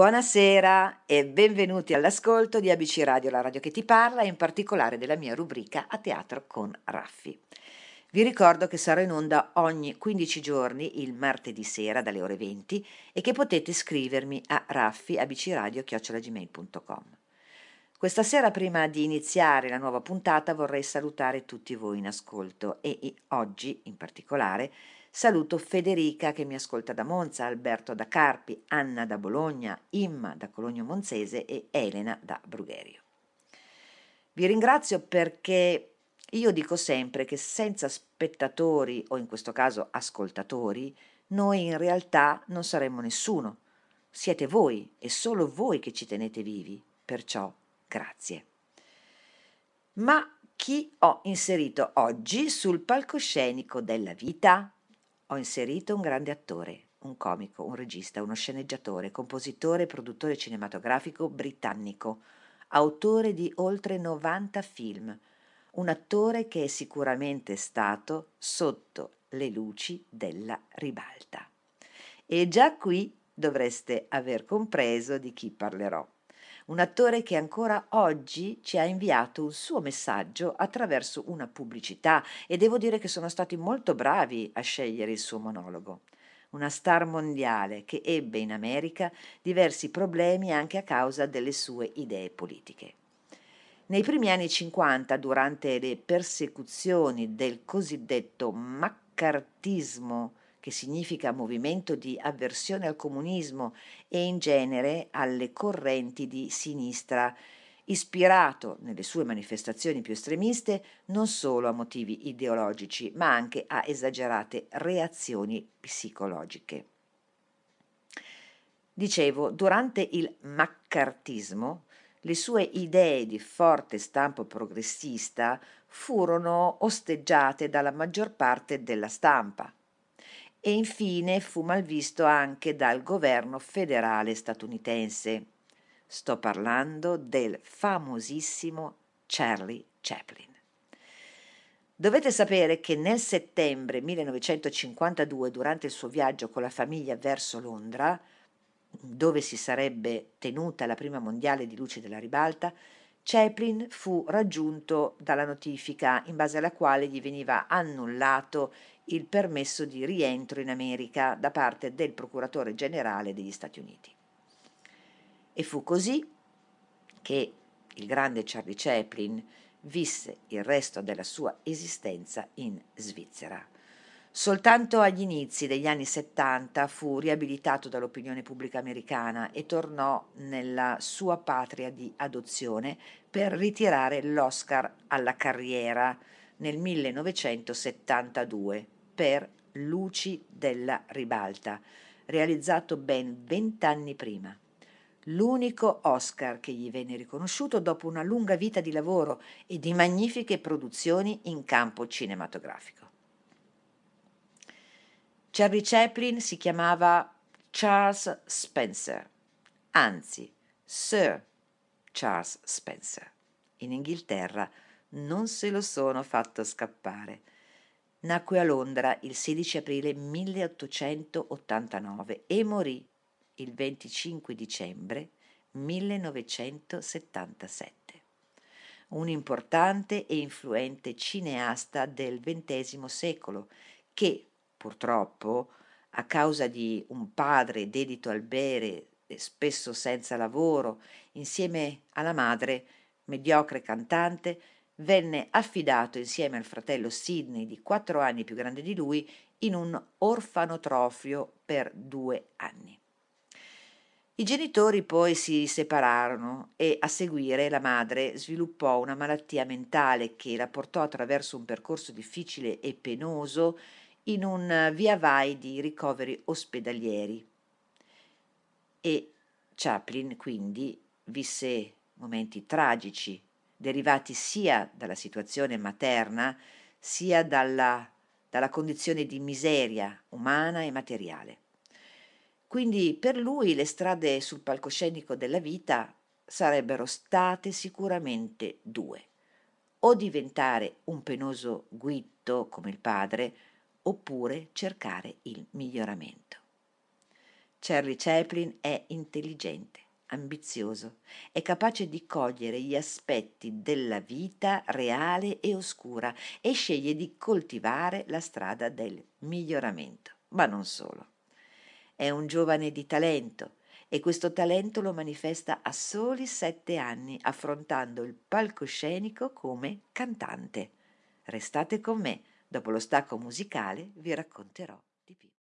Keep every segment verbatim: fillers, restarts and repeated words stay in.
Buonasera e benvenuti all'ascolto di A B C Radio, la radio che ti parla, e in particolare della mia rubrica A Teatro con Raffi. Vi ricordo che sarò in onda ogni quindici giorni il martedì sera dalle ore venti e che potete scrivermi a raffi abcradio chiocciola gmail punto com. Questa sera, prima di iniziare la nuova puntata, vorrei salutare tutti voi in ascolto e e oggi in particolare saluto Federica che mi ascolta da Monza, Alberto da Carpi, Anna da Bologna, Imma da Cologno Monzese e Elena da Brugherio. Vi ringrazio perché io dico sempre che senza spettatori, o in questo caso ascoltatori, noi in realtà non saremmo nessuno. Siete voi e solo voi che ci tenete vivi, perciò grazie. Ma chi ho inserito oggi sul palcoscenico della vita? Ho inserito un grande attore, un comico, un regista, uno sceneggiatore, compositore e produttore cinematografico britannico, autore di oltre novanta film, un attore che è sicuramente stato sotto le luci della ribalta. E già qui dovreste aver compreso di chi parlerò. Un attore che ancora oggi ci ha inviato un suo messaggio attraverso una pubblicità e devo dire che sono stati molto bravi a scegliere il suo monologo. Una star mondiale che ebbe in America diversi problemi anche a causa delle sue idee politiche. Nei primi anni cinquanta, durante le persecuzioni del cosiddetto maccartismo, che significa movimento di avversione al comunismo e in genere alle correnti di sinistra, ispirato nelle sue manifestazioni più estremiste non solo a motivi ideologici, ma anche a esagerate reazioni psicologiche. Dicevo, durante il maccartismo, le sue idee di forte stampo progressista furono osteggiate dalla maggior parte della stampa e infine fu malvisto anche dal governo federale statunitense. Sto parlando del famosissimo Charlie Chaplin. Dovete sapere che nel settembre millenovecentocinquantadue, durante il suo viaggio con la famiglia verso Londra, dove si sarebbe tenuta la prima mondiale di luci della ribalta, Chaplin fu raggiunto dalla notifica in base alla quale gli veniva annullato il permesso di rientro in America da parte del procuratore generale degli Stati Uniti. E fu così che il grande Charlie Chaplin visse il resto della sua esistenza in Svizzera. Soltanto agli inizi degli anni settanta fu riabilitato dall'opinione pubblica americana e tornò nella sua patria di adozione per ritirare l'Oscar alla carriera nel millenovecentosettantadue per Luci della ribalta, realizzato ben vent'anni prima. L'unico Oscar che gli venne riconosciuto dopo una lunga vita di lavoro e di magnifiche produzioni in campo cinematografico. Charlie Chaplin si chiamava Charles Spencer, anzi Sir Charles Spencer. In Inghilterra non se lo sono fatto scappare. Nacque a Londra il sedici aprile milleottocentottantanove e morì il venticinque dicembre millenovecentosettantasette. Un importante e influente cineasta del ventesimo secolo che, purtroppo, a causa di un padre dedito al bere e spesso senza lavoro, insieme alla madre, mediocre cantante, venne affidato insieme al fratello Sidney, di quattro anni più grande di lui, in un orfanotrofio per due anni. I genitori poi si separarono e a seguire la madre sviluppò una malattia mentale che la portò attraverso un percorso difficile e penoso in un via vai di ricoveri ospedalieri. E Chaplin quindi visse momenti tragici derivati sia dalla situazione materna sia dalla, dalla condizione di miseria umana e materiale. Quindi per lui le strade sul palcoscenico della vita sarebbero state sicuramente due: o diventare un penoso guitto come il padre, oppure cercare il miglioramento. Charlie Chaplin è intelligente, ambizioso, è capace di cogliere gli aspetti della vita reale e oscura e sceglie di coltivare la strada del miglioramento. Ma non solo. È un giovane di talento e questo talento lo manifesta a soli sette anni, affrontando il palcoscenico come cantante. Restate con me, dopo lo stacco musicale vi racconterò di più.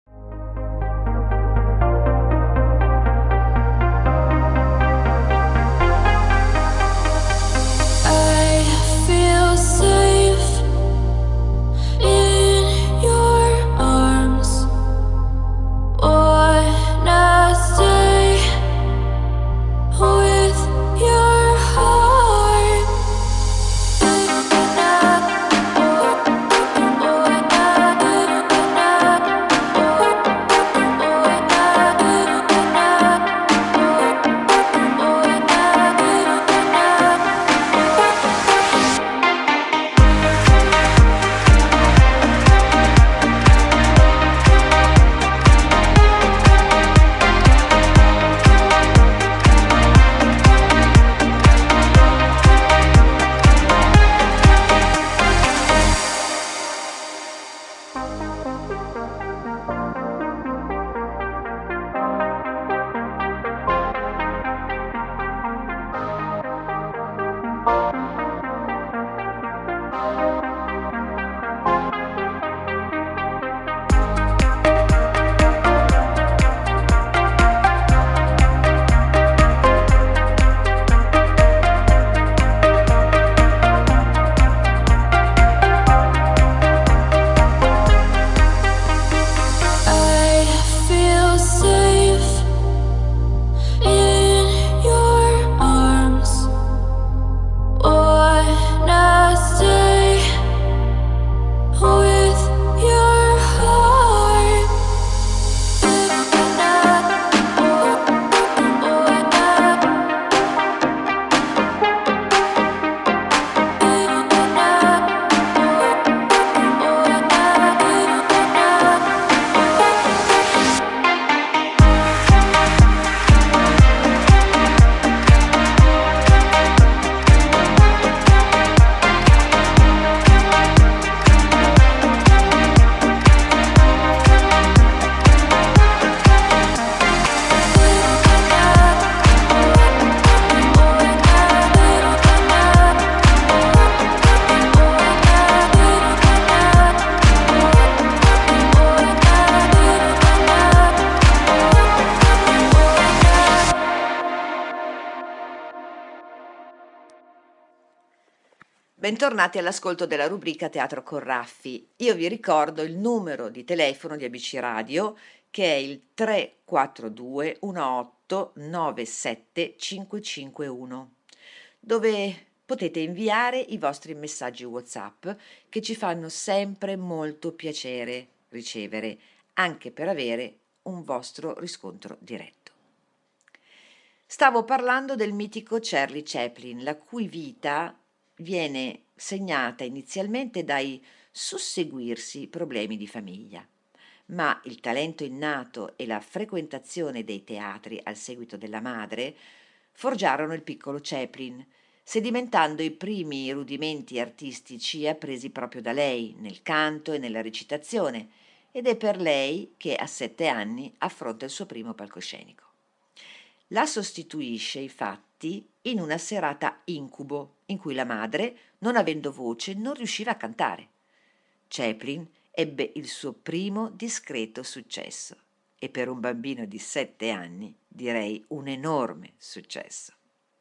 Bentornati all'ascolto della rubrica Teatro con Raffi. Io vi ricordo il numero di telefono di A B C Radio, che è il tre quattro due uno otto nove sette cinque cinque uno, dove potete inviare i vostri messaggi WhatsApp, che ci fanno sempre molto piacere ricevere, anche per avere un vostro riscontro diretto. Stavo parlando del mitico Charlie Chaplin, la cui vita viene segnata inizialmente dai susseguirsi problemi di famiglia, ma il talento innato e la frequentazione dei teatri al seguito della madre forgiarono il piccolo Chaplin, sedimentando i primi rudimenti artistici appresi proprio da lei nel canto e nella recitazione, ed è per lei che a sette anni affronta il suo primo palcoscenico. La sostituisce, infatti, in una serata incubo, in cui la madre, non avendo voce, non riusciva a cantare. Chaplin ebbe il suo primo discreto successo e per un bambino di sette anni direi un enorme successo.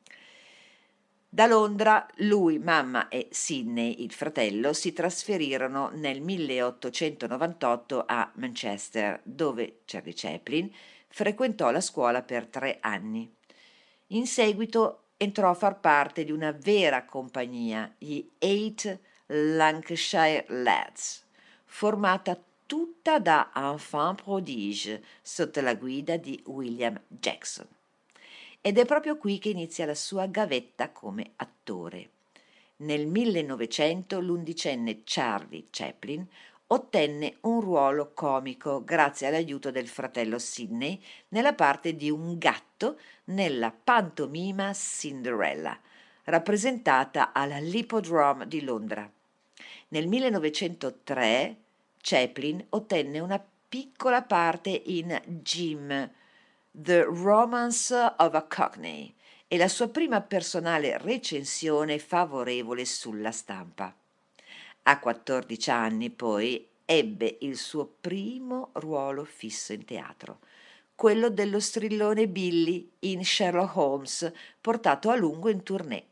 Da Londra lui, mamma e Sidney, il fratello, si trasferirono nel milleottocentonovantotto a Manchester, dove Charlie Chaplin frequentò la scuola per tre anni. In seguito entrò a far parte di una vera compagnia, gli Eight Lancashire Lads, formata tutta da enfants prodige sotto la guida di William Jackson. Ed è proprio qui che inizia la sua gavetta come attore. Nel millenovecento l'undicenne Charlie Chaplin ottenne un ruolo comico grazie all'aiuto del fratello Sidney nella parte di un gatto nella pantomima Cinderella, rappresentata alla Hippodrome di Londra. Nel millenovecentotre Chaplin ottenne una piccola parte in Jim, The Romance of a Cockney, e la sua prima personale recensione favorevole sulla stampa. A quattordici anni, poi, ebbe il suo primo ruolo fisso in teatro, quello dello strillone Billy in Sherlock Holmes, portato a lungo in tournée.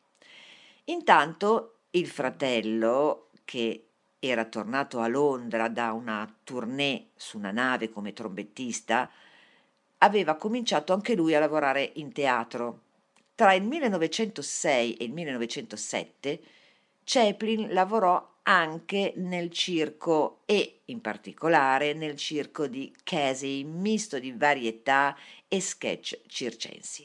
Intanto il fratello, che era tornato a Londra da una tournée su una nave come trombettista, aveva cominciato anche lui a lavorare in teatro. Tra il millenovecentosei e il millenovecentosette Chaplin lavorò anche nel circo e in particolare nel circo di Casey, misto di varietà e sketch circensi.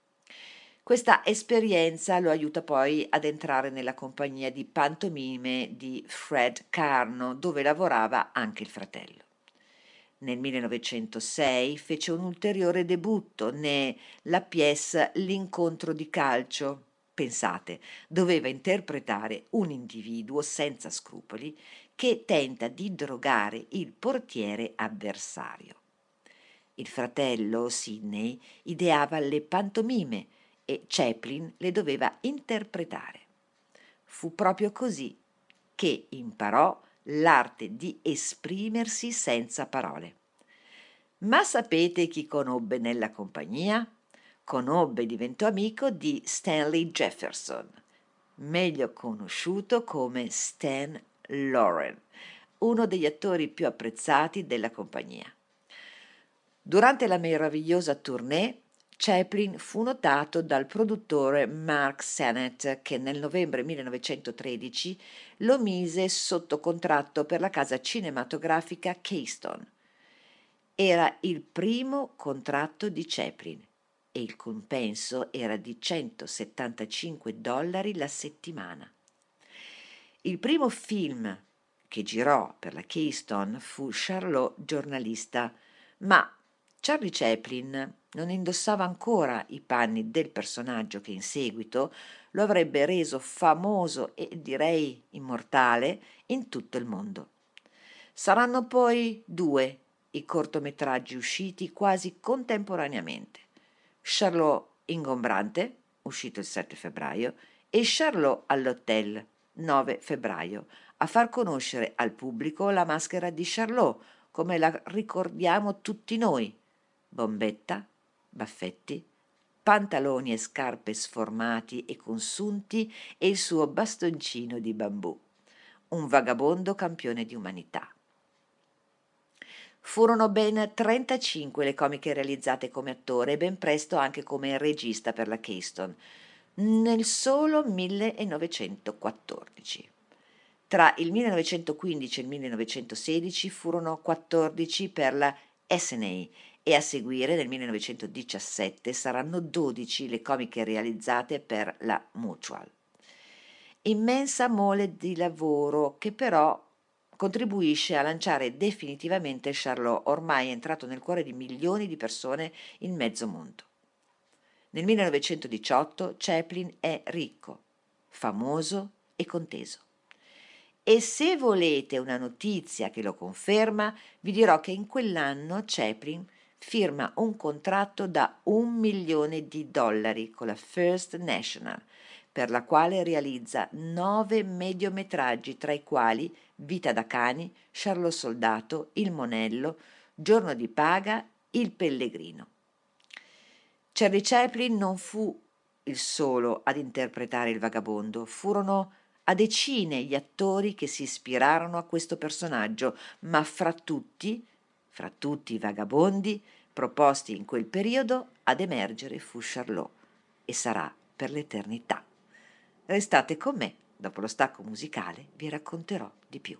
Questa esperienza lo aiuta poi ad entrare nella compagnia di pantomime di Fred Carno, dove lavorava anche il fratello. Nel millenovecentosei fece un ulteriore debutto nella pièce L'incontro di calcio. Pensate, doveva interpretare un individuo senza scrupoli che tenta di drogare il portiere avversario. Il fratello, Sidney, ideava le pantomime e Chaplin le doveva interpretare. Fu proprio così che imparò l'arte di esprimersi senza parole. Ma sapete chi conobbe nella compagnia? Conobbe e diventò amico di Stanley Jefferson, meglio conosciuto come Stan Laurel, uno degli attori più apprezzati della compagnia. Durante la meravigliosa tournée, Chaplin fu notato dal produttore Mark Sennett, che nel novembre millenovecentotredici lo mise sotto contratto per la casa cinematografica Keystone. Era il primo contratto di Chaplin e il compenso era di centosettantacinque dollari la settimana. Il primo film che girò per la Keystone fu Charlot giornalista, ma Charlie Chaplin non indossava ancora i panni del personaggio che in seguito lo avrebbe reso famoso e direi immortale in tutto il mondo. Saranno poi due i cortometraggi usciti quasi contemporaneamente: Charlot ingombrante, uscito il sette febbraio, e Charlot all'hotel, nove febbraio, a far conoscere al pubblico la maschera di Charlot, come la ricordiamo tutti noi: bombetta, baffetti, pantaloni e scarpe sformati e consunti e il suo bastoncino di bambù. Un vagabondo campione di umanità. Furono ben trentacinque le comiche realizzate come attore e ben presto anche come regista per la Keystone, nel solo millenovecentoquattordici. Tra il millenovecentoquindici e il millenovecentosedici furono quattordici per la S N A e a seguire nel millenovecentodiciassette saranno dodici le comiche realizzate per la Mutual. Immensa mole di lavoro che però contribuisce a lanciare definitivamente Charlot, ormai entrato nel cuore di milioni di persone in mezzo mondo. Nel millenovecentodiciotto Chaplin è ricco, famoso e conteso. E se volete una notizia che lo conferma, vi dirò che in quell'anno Chaplin firma un contratto da un milione di dollari con la First National, per la quale realizza nove mediometraggi, tra i quali Vita da cani, Charlot Soldato, Il Monello, Giorno di paga, Il Pellegrino. Charlie Chaplin non fu il solo ad interpretare il vagabondo, furono a decine gli attori che si ispirarono a questo personaggio, ma fra tutti, fra tutti i vagabondi proposti in quel periodo, ad emergere fu Charlot, e sarà per l'eternità. Restate con me, dopo lo stacco musicale vi racconterò di più.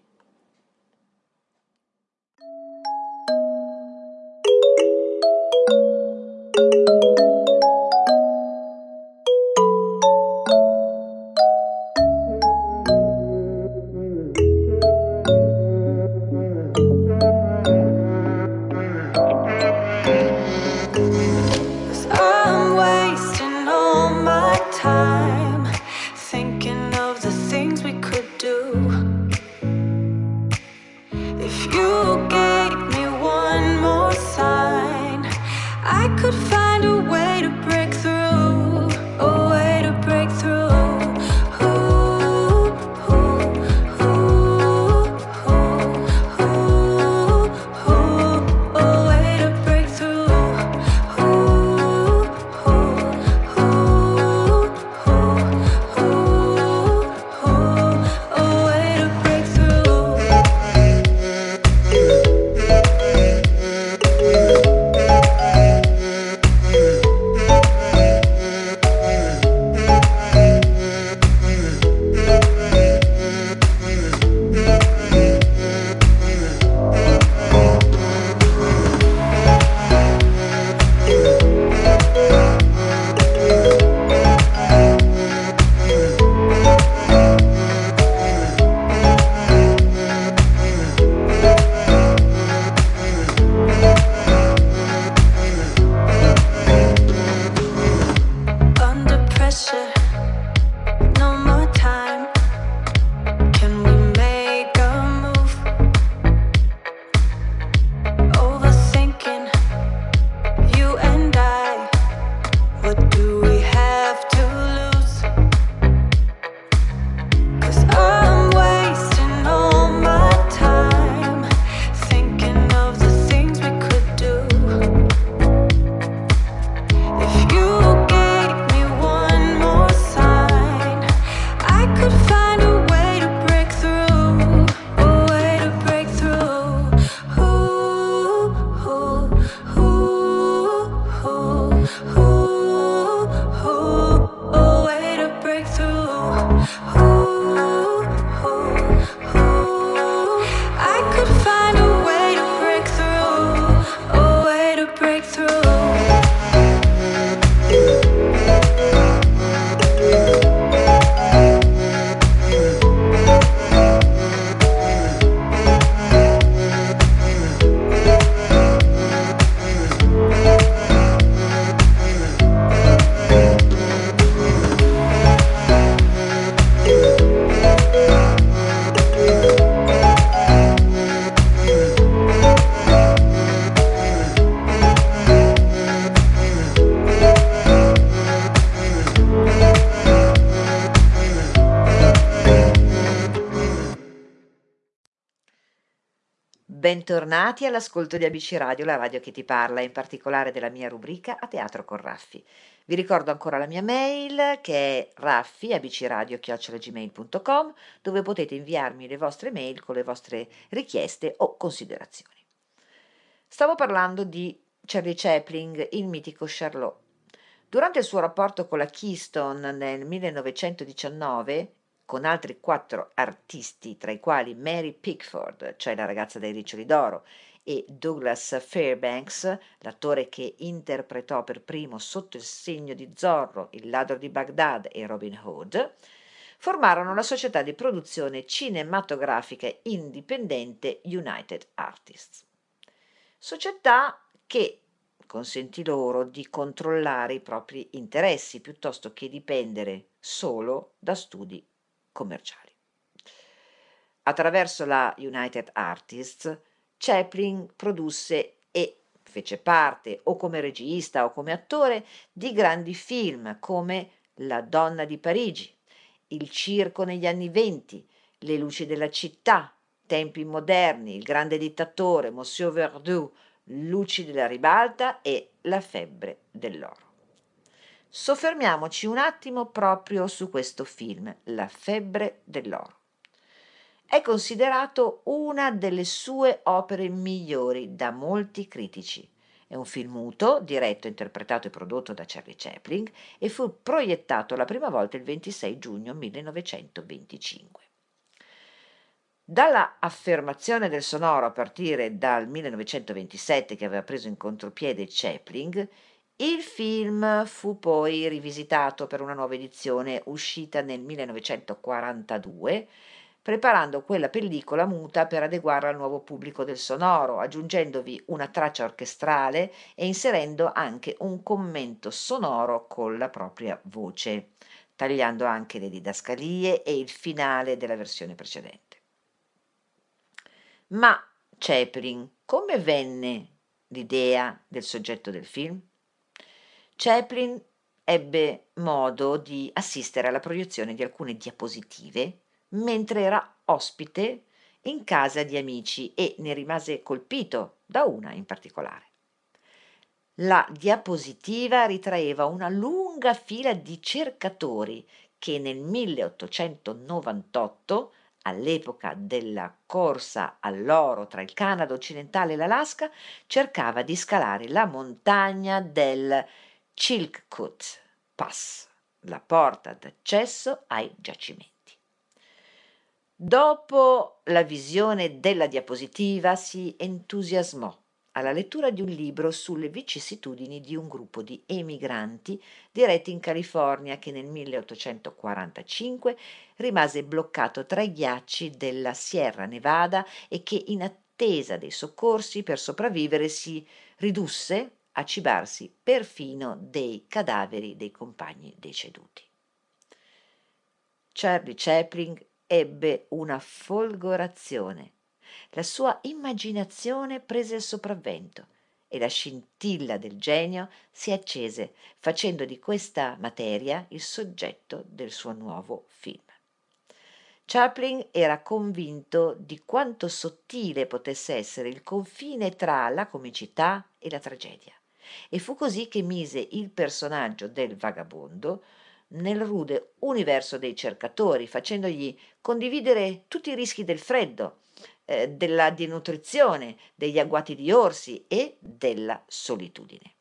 Bentornati all'ascolto di A B C Radio, la radio che ti parla, in particolare della mia rubrica A Teatro con Raffi. Vi ricordo ancora la mia mail che è raffi abcradio chiocciola gmail punto com, dove potete inviarmi le vostre mail con le vostre richieste o considerazioni. Stavo parlando di Charlie Chaplin, il mitico Charlot. Durante il suo rapporto con la Keystone nel millenovecentodiciannove, con altri quattro artisti, tra i quali Mary Pickford, cioè la ragazza dai riccioli d'oro, e Douglas Fairbanks, l'attore che interpretò per primo Sotto il segno di Zorro, Il ladro di Baghdad e Robin Hood, formarono la società di produzione cinematografica indipendente United Artists. Società che consentì loro di controllare i propri interessi piuttosto che dipendere solo da studi commerciali. Attraverso la United Artists, Chaplin produsse e fece parte, o come regista o come attore, di grandi film come La donna di Parigi, Il circo negli anni venti, Le luci della città, Tempi moderni, Il grande dittatore, Monsieur Verdoux, Luci della ribalta e La febbre dell'oro. Soffermiamoci un attimo proprio su questo film, La febbre dell'oro. È considerato una delle sue opere migliori da molti critici. È un film muto, diretto, interpretato e prodotto da Charlie Chaplin e fu proiettato la prima volta il ventisei giugno millenovecentoventicinque. Dalla affermazione del sonoro a partire dal millenovecentoventisette, che aveva preso in contropiede Chaplin, il film fu poi rivisitato per una nuova edizione uscita nel millenovecentoquarantadue, preparando quella pellicola muta per adeguarla al nuovo pubblico del sonoro, aggiungendovi una traccia orchestrale e inserendo anche un commento sonoro con la propria voce, tagliando anche le didascalie e il finale della versione precedente. Ma Chaplin, come venne l'idea del soggetto del film? Chaplin ebbe modo di assistere alla proiezione di alcune diapositive mentre era ospite in casa di amici e ne rimase colpito da una in particolare. La diapositiva ritraeva una lunga fila di cercatori che nel milleottocentonovantotto, all'epoca della corsa all'oro tra il Canada occidentale e l'Alaska, cercava di scalare la montagna del Chilkoot Pass, la porta d'accesso ai giacimenti. Dopo la visione della diapositiva si entusiasmò alla lettura di un libro sulle vicissitudini di un gruppo di emigranti diretti in California che nel milleottocentoquarantacinque rimase bloccato tra i ghiacci della Sierra Nevada e che in attesa dei soccorsi per sopravvivere si ridusse a cibarsi perfino dei cadaveri dei compagni deceduti. Charlie Chaplin ebbe una folgorazione. La sua immaginazione prese il sopravvento e la scintilla del genio si accese, facendo di questa materia il soggetto del suo nuovo film. Chaplin era convinto di quanto sottile potesse essere il confine tra la comicità e la tragedia, e fu così che mise il personaggio del vagabondo nel rude universo dei cercatori, facendogli condividere tutti i rischi del freddo, eh, della denutrizione, degli agguati di orsi e della solitudine.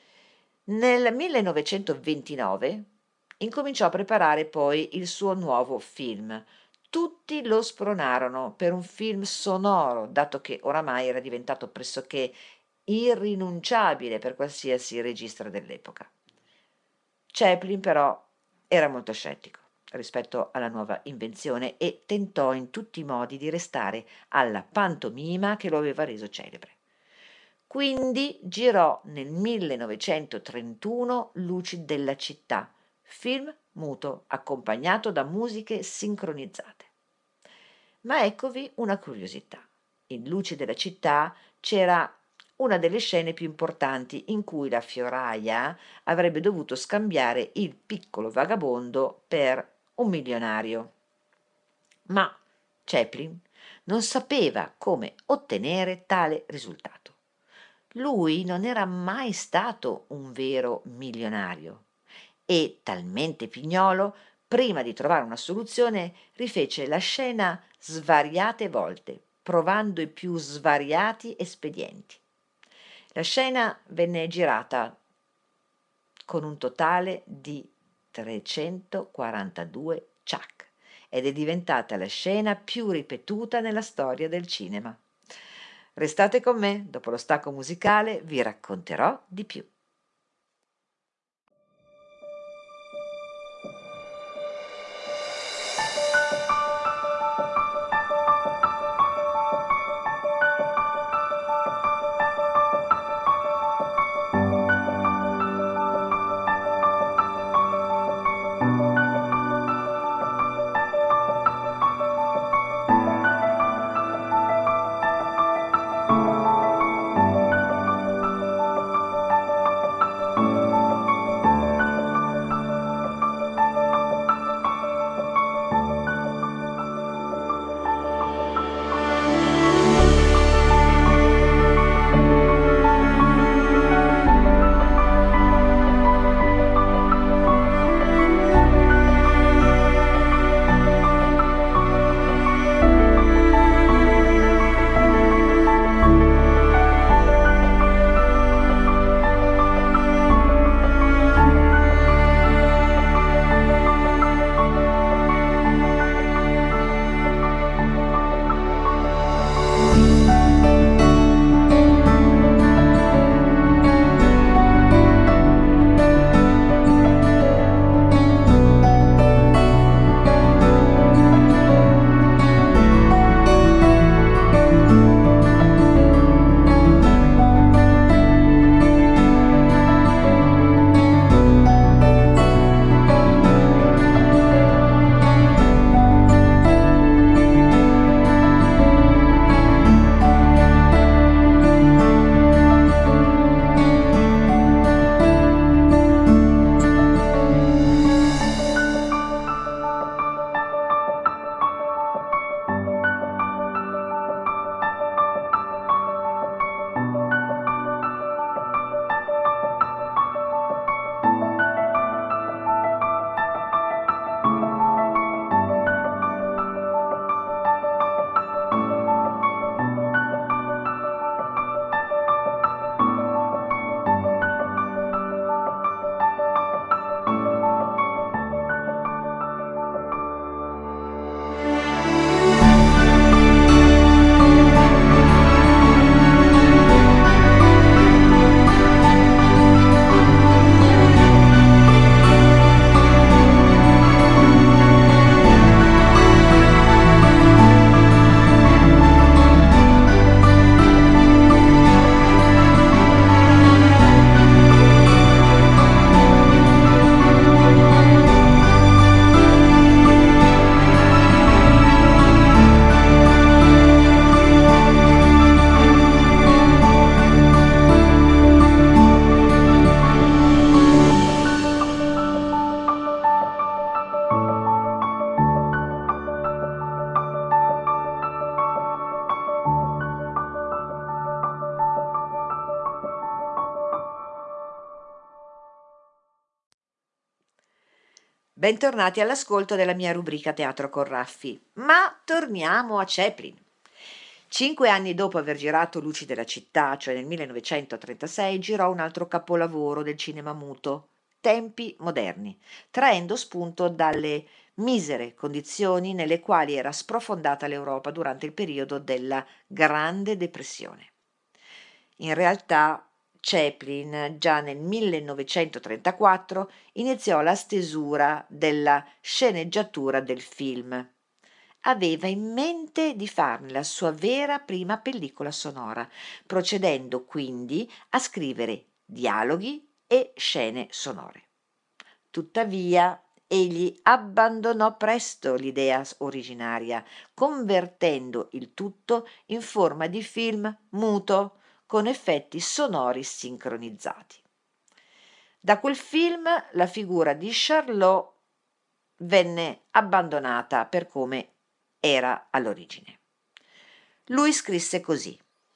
Nel millenovecentoventinove incominciò a preparare poi il suo nuovo film. Tutti lo spronarono per un film sonoro, dato che oramai era diventato pressoché irrinunciabile per qualsiasi regista dell'epoca. Chaplin però era molto scettico rispetto alla nuova invenzione e tentò in tutti i modi di restare alla pantomima che lo aveva reso celebre. Quindi girò nel millenovecentotrentuno Luci della città, film muto accompagnato da musiche sincronizzate. Ma eccovi una curiosità. In Luci della città c'era una delle scene più importanti in cui la fioraia avrebbe dovuto scambiare il piccolo vagabondo per un milionario. Ma Chaplin non sapeva come ottenere tale risultato. Lui non era mai stato un vero milionario e, talmente pignolo, prima di trovare una soluzione, rifece la scena svariate volte, provando i più svariati espedienti. La scena venne girata con un totale di trecentoquarantadue ciak ed è diventata la scena più ripetuta nella storia del cinema. Restate con me, dopo lo stacco musicale vi racconterò di più. Bentornati all'ascolto della mia rubrica Teatro con Raffi, ma torniamo a Chaplin. Cinque anni dopo aver girato Luci della città, cioè nel millenovecentotrentasei, girò un altro capolavoro del cinema muto, Tempi moderni, traendo spunto dalle misere condizioni nelle quali era sprofondata l'Europa durante il periodo della Grande Depressione. In realtà Chaplin già nel millenovecentotrentaquattro iniziò la stesura della sceneggiatura del film. Aveva in mente di farne la sua vera prima pellicola sonora, procedendo quindi a scrivere dialoghi e scene sonore. Tuttavia, egli abbandonò presto l'idea originaria, convertendo il tutto in forma di film muto, con effetti sonori sincronizzati. Da quel film la figura di Charlot venne abbandonata per come era all'origine. Lui scrisse così: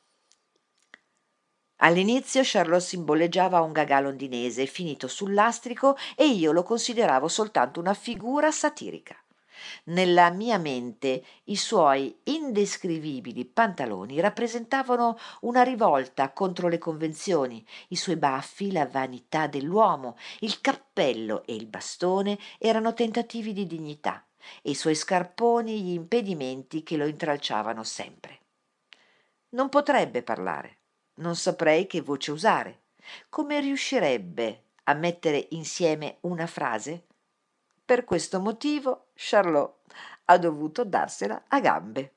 all'inizio Charlot simboleggiava un gagà londinese finito sul lastrico e io lo consideravo soltanto una figura satirica. Nella mia mente i suoi indescrivibili pantaloni rappresentavano una rivolta contro le convenzioni, i suoi baffi la vanità dell'uomo, il cappello e il bastone erano tentativi di dignità e i suoi scarponi gli impedimenti che lo intralciavano sempre. Non potrebbe parlare, non saprei che voce usare. Come riuscirebbe a mettere insieme una frase? Per questo motivo Charlot ha dovuto darsela a gambe.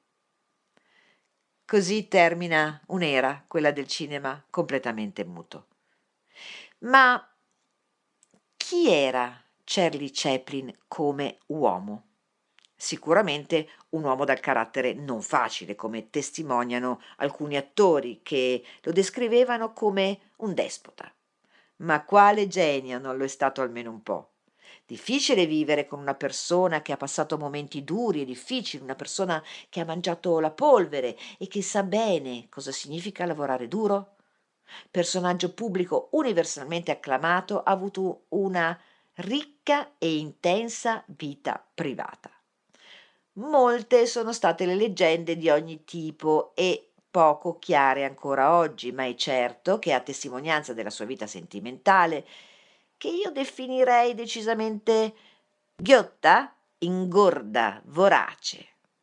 Così termina un'era, quella del cinema, completamente muto. Ma chi era Charlie Chaplin come uomo? Sicuramente un uomo dal carattere non facile, come testimoniano alcuni attori che lo descrivevano come un despota. Ma quale genio non lo è stato almeno un po'? Difficile vivere con una persona che ha passato momenti duri e difficili, una persona che ha mangiato la polvere e che sa bene cosa significa lavorare duro? Personaggio pubblico universalmente acclamato, ha avuto una ricca e intensa vita privata. Molte sono state le leggende di ogni tipo e poco chiare ancora oggi, ma è certo che a testimonianza della sua vita sentimentale, che io definirei decisamente ghiotta, ingorda, vorace.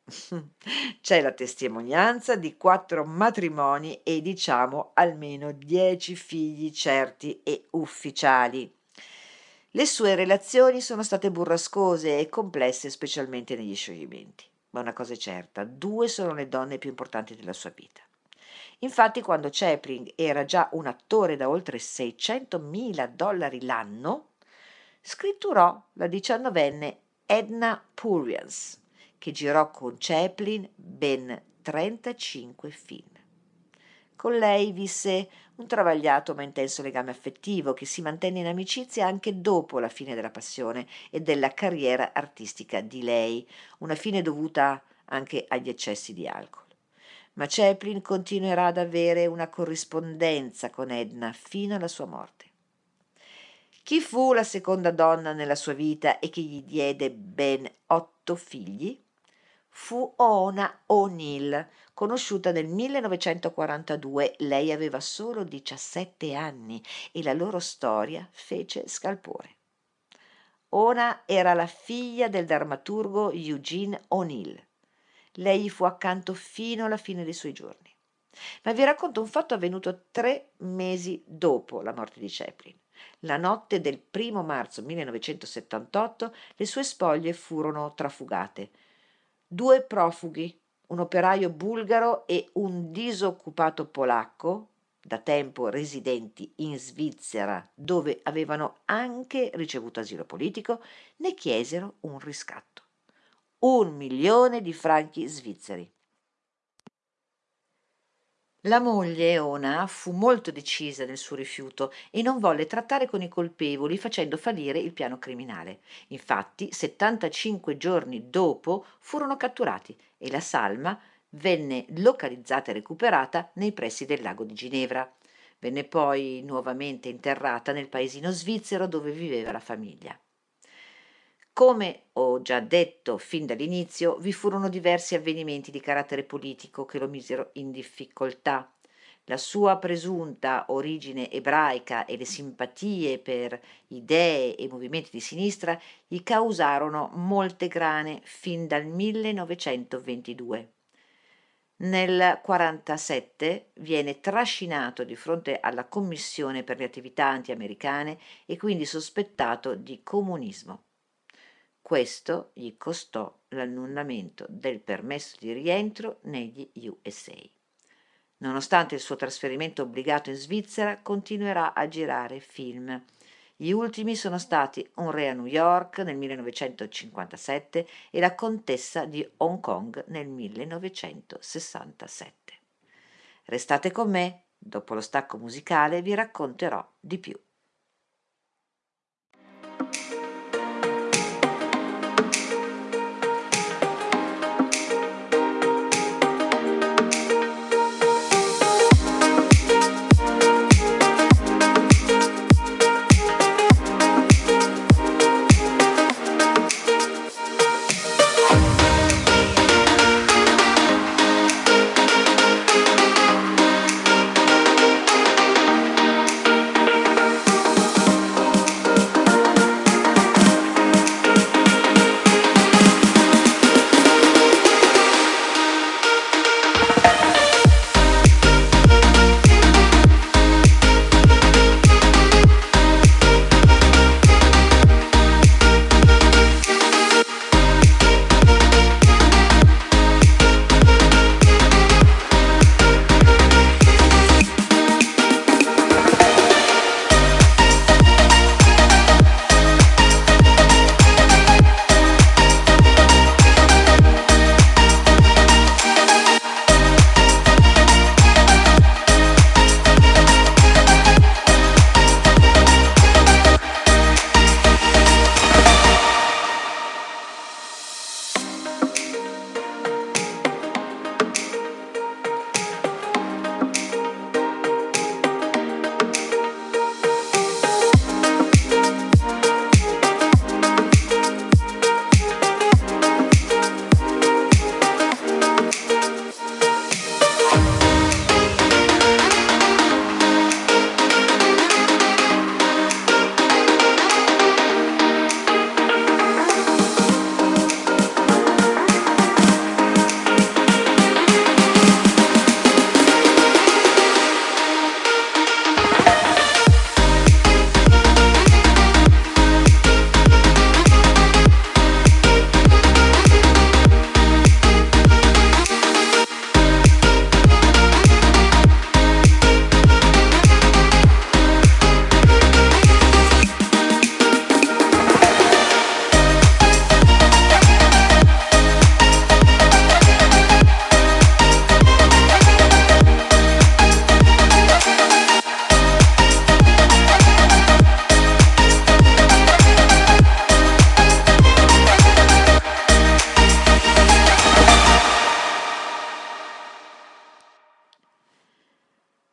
C'è la testimonianza di quattro matrimoni e diciamo almeno dieci figli certi e ufficiali. Le sue relazioni sono state burrascose e complesse, specialmente negli scioglimenti. Ma una cosa è certa, due sono le donne più importanti della sua vita. Infatti, quando Chaplin era già un attore da oltre seicentomila dollari l'anno, scritturò la diciannovenne Edna Purviance, che girò con Chaplin ben trentacinque film. Con lei visse un travagliato ma intenso legame affettivo che si mantenne in amicizia anche dopo la fine della passione e della carriera artistica di lei, una fine dovuta anche agli eccessi di alcol. Ma Chaplin continuerà ad avere una corrispondenza con Edna fino alla sua morte. Chi fu la seconda donna nella sua vita e che gli diede ben otto figli? Fu Oona O'Neill, conosciuta nel millenovecentoquarantadue. Lei aveva solo diciassette anni e la loro storia fece scalpore. Oona era la figlia del drammaturgo Eugene O'Neill. Lei gli fu accanto fino alla fine dei suoi giorni. Ma vi racconto un fatto avvenuto tre mesi dopo la morte di Chaplin. La notte del primo marzo millenovecentosettantotto le sue spoglie furono trafugate. Due profughi, un operaio bulgaro e un disoccupato polacco, da tempo residenti in Svizzera, dove avevano anche ricevuto asilo politico, ne chiesero un riscatto. Un milione di franchi svizzeri. La moglie, Ona, fu molto decisa nel suo rifiuto e non volle trattare con i colpevoli facendo fallire il piano criminale. Infatti, settantacinque giorni dopo furono catturati e la salma venne localizzata e recuperata nei pressi del lago di Ginevra. Venne poi nuovamente interrata nel paesino svizzero dove viveva la famiglia. Come ho già detto fin dall'inizio, vi furono diversi avvenimenti di carattere politico che lo misero in difficoltà. La sua presunta origine ebraica e le simpatie per idee e movimenti di sinistra gli causarono molte grane fin dal millenovecentoventidue. Nel quarantasette viene trascinato di fronte alla Commissione per le attività anti-americane e quindi sospettato di comunismo. Questo gli costò l'annullamento del permesso di rientro negli U S A. Nonostante il suo trasferimento obbligato in Svizzera, continuerà a girare film. Gli ultimi sono stati Un re a New York nel millenovecentocinquantasette e La contessa di Hong Kong nel millenovecentosessantasette. Restate con me, dopo lo stacco musicale vi racconterò di più.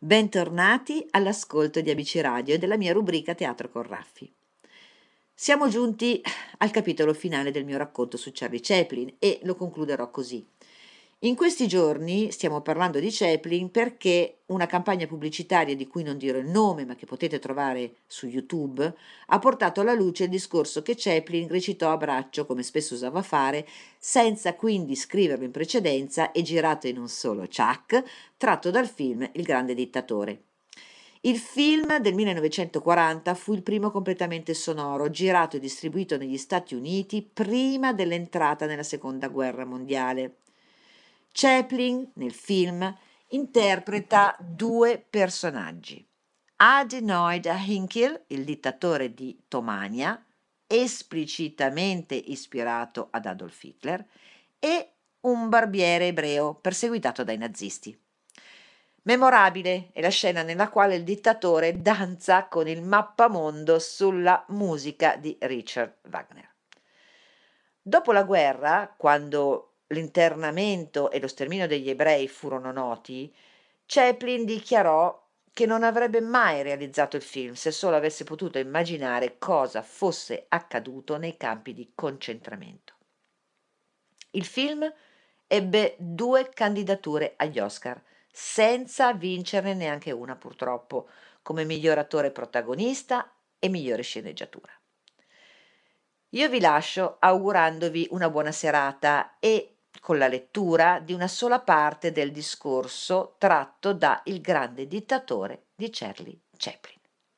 Bentornati all'ascolto di A B C Radio e della mia rubrica Teatro con Raffi. Siamo giunti al capitolo finale del mio racconto su Charlie Chaplin e lo concluderò così. In questi giorni stiamo parlando di Chaplin perché una campagna pubblicitaria di cui non dirò il nome, ma che potete trovare su YouTube, ha portato alla luce il discorso che Chaplin recitò a braccio, come spesso usava fare, senza quindi scriverlo in precedenza e girato in un solo ciak, tratto dal film Il grande dittatore. Il film del millenovecentoquaranta fu il primo completamente sonoro, girato e distribuito negli Stati Uniti prima dell'entrata nella Seconda Guerra Mondiale. Chaplin, nel film, interpreta due personaggi. Adenoid Hinkle, il dittatore di Tomania, esplicitamente ispirato ad Adolf Hitler, e un barbiere ebreo perseguitato dai nazisti. Memorabile è la scena nella quale il dittatore danza con il mappamondo sulla musica di Richard Wagner. Dopo la guerra, quando l'internamento e lo sterminio degli ebrei furono noti, Chaplin dichiarò che non avrebbe mai realizzato il film se solo avesse potuto immaginare cosa fosse accaduto nei campi di concentramento. Il film ebbe due candidature agli Oscar, senza vincerne neanche una purtroppo, come miglior attore protagonista e migliore sceneggiatura. Io vi lascio augurandovi una buona serata e con la lettura di una sola parte del discorso tratto da Il grande dittatore di Charlie Chaplin.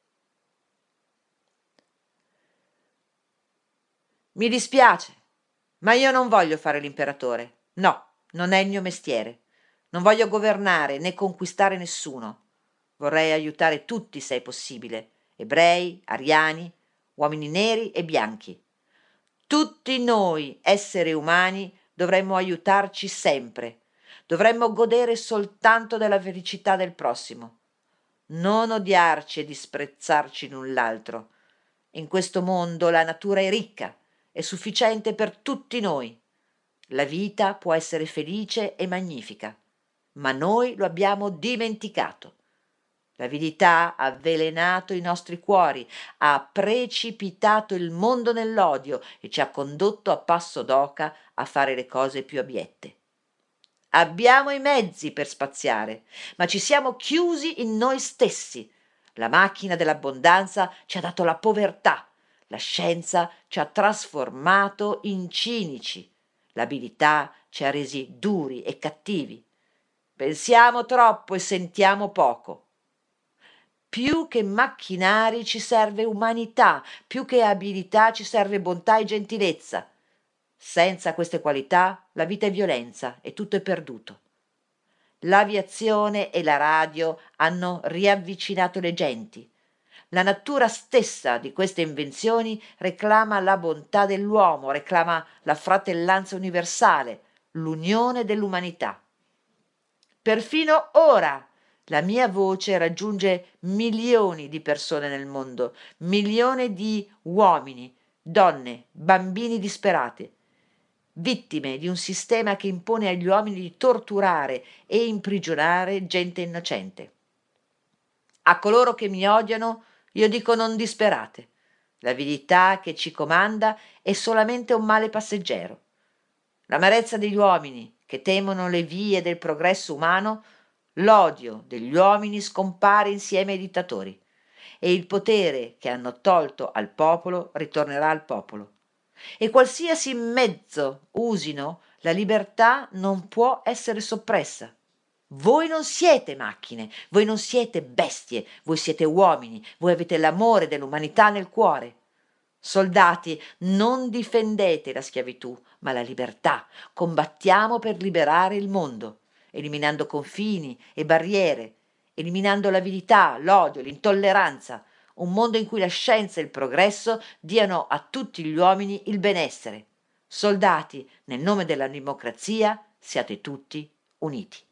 Mi dispiace, ma io non voglio fare l'imperatore. No, non è il mio mestiere. Non voglio governare né conquistare nessuno. Vorrei aiutare tutti se è possibile, ebrei, ariani, uomini neri e bianchi. Tutti noi, esseri umani, dovremmo aiutarci sempre. Dovremmo godere soltanto della felicità del prossimo. Non odiarci e disprezzarci l'un l'altro. In questo mondo la natura è ricca, è sufficiente per tutti noi. La vita può essere felice e magnifica, ma noi lo abbiamo dimenticato. L'avidità ha avvelenato i nostri cuori, ha precipitato il mondo nell'odio e ci ha condotto a passo d'oca a fare le cose più abiette. Abbiamo i mezzi per spaziare, ma ci siamo chiusi in noi stessi. La macchina dell'abbondanza ci ha dato la povertà, la scienza ci ha trasformato in cinici, l'abilità ci ha resi duri e cattivi. Pensiamo troppo e sentiamo poco. Più che macchinari ci serve umanità, più che abilità ci serve bontà e gentilezza. Senza queste qualità la vita è violenza e tutto è perduto. L'aviazione e la radio hanno riavvicinato le genti. La natura stessa di queste invenzioni reclama la bontà dell'uomo, reclama la fratellanza universale, l'unione dell'umanità. Perfino ora la mia voce raggiunge milioni di persone nel mondo, milioni di uomini, donne, bambini disperati, vittime di un sistema che impone agli uomini di torturare e imprigionare gente innocente. A coloro che mi odiano io dico non disperate. L'avidità che ci comanda è solamente un male passeggero. L'amarezza degli uomini che temono le vie del progresso umano, l'odio degli uomini scompare insieme ai dittatori e il potere che hanno tolto al popolo ritornerà al popolo. E qualsiasi mezzo usino, la libertà non può essere soppressa. Voi non siete macchine, voi non siete bestie, voi siete uomini, voi avete l'amore dell'umanità nel cuore. Soldati, non difendete la schiavitù, ma la libertà. Combattiamo per liberare il mondo, eliminando confini e barriere, eliminando l'avidità, l'odio, l'intolleranza, un mondo in cui la scienza e il progresso diano a tutti gli uomini il benessere. Soldati, nel nome della democrazia, siate tutti uniti.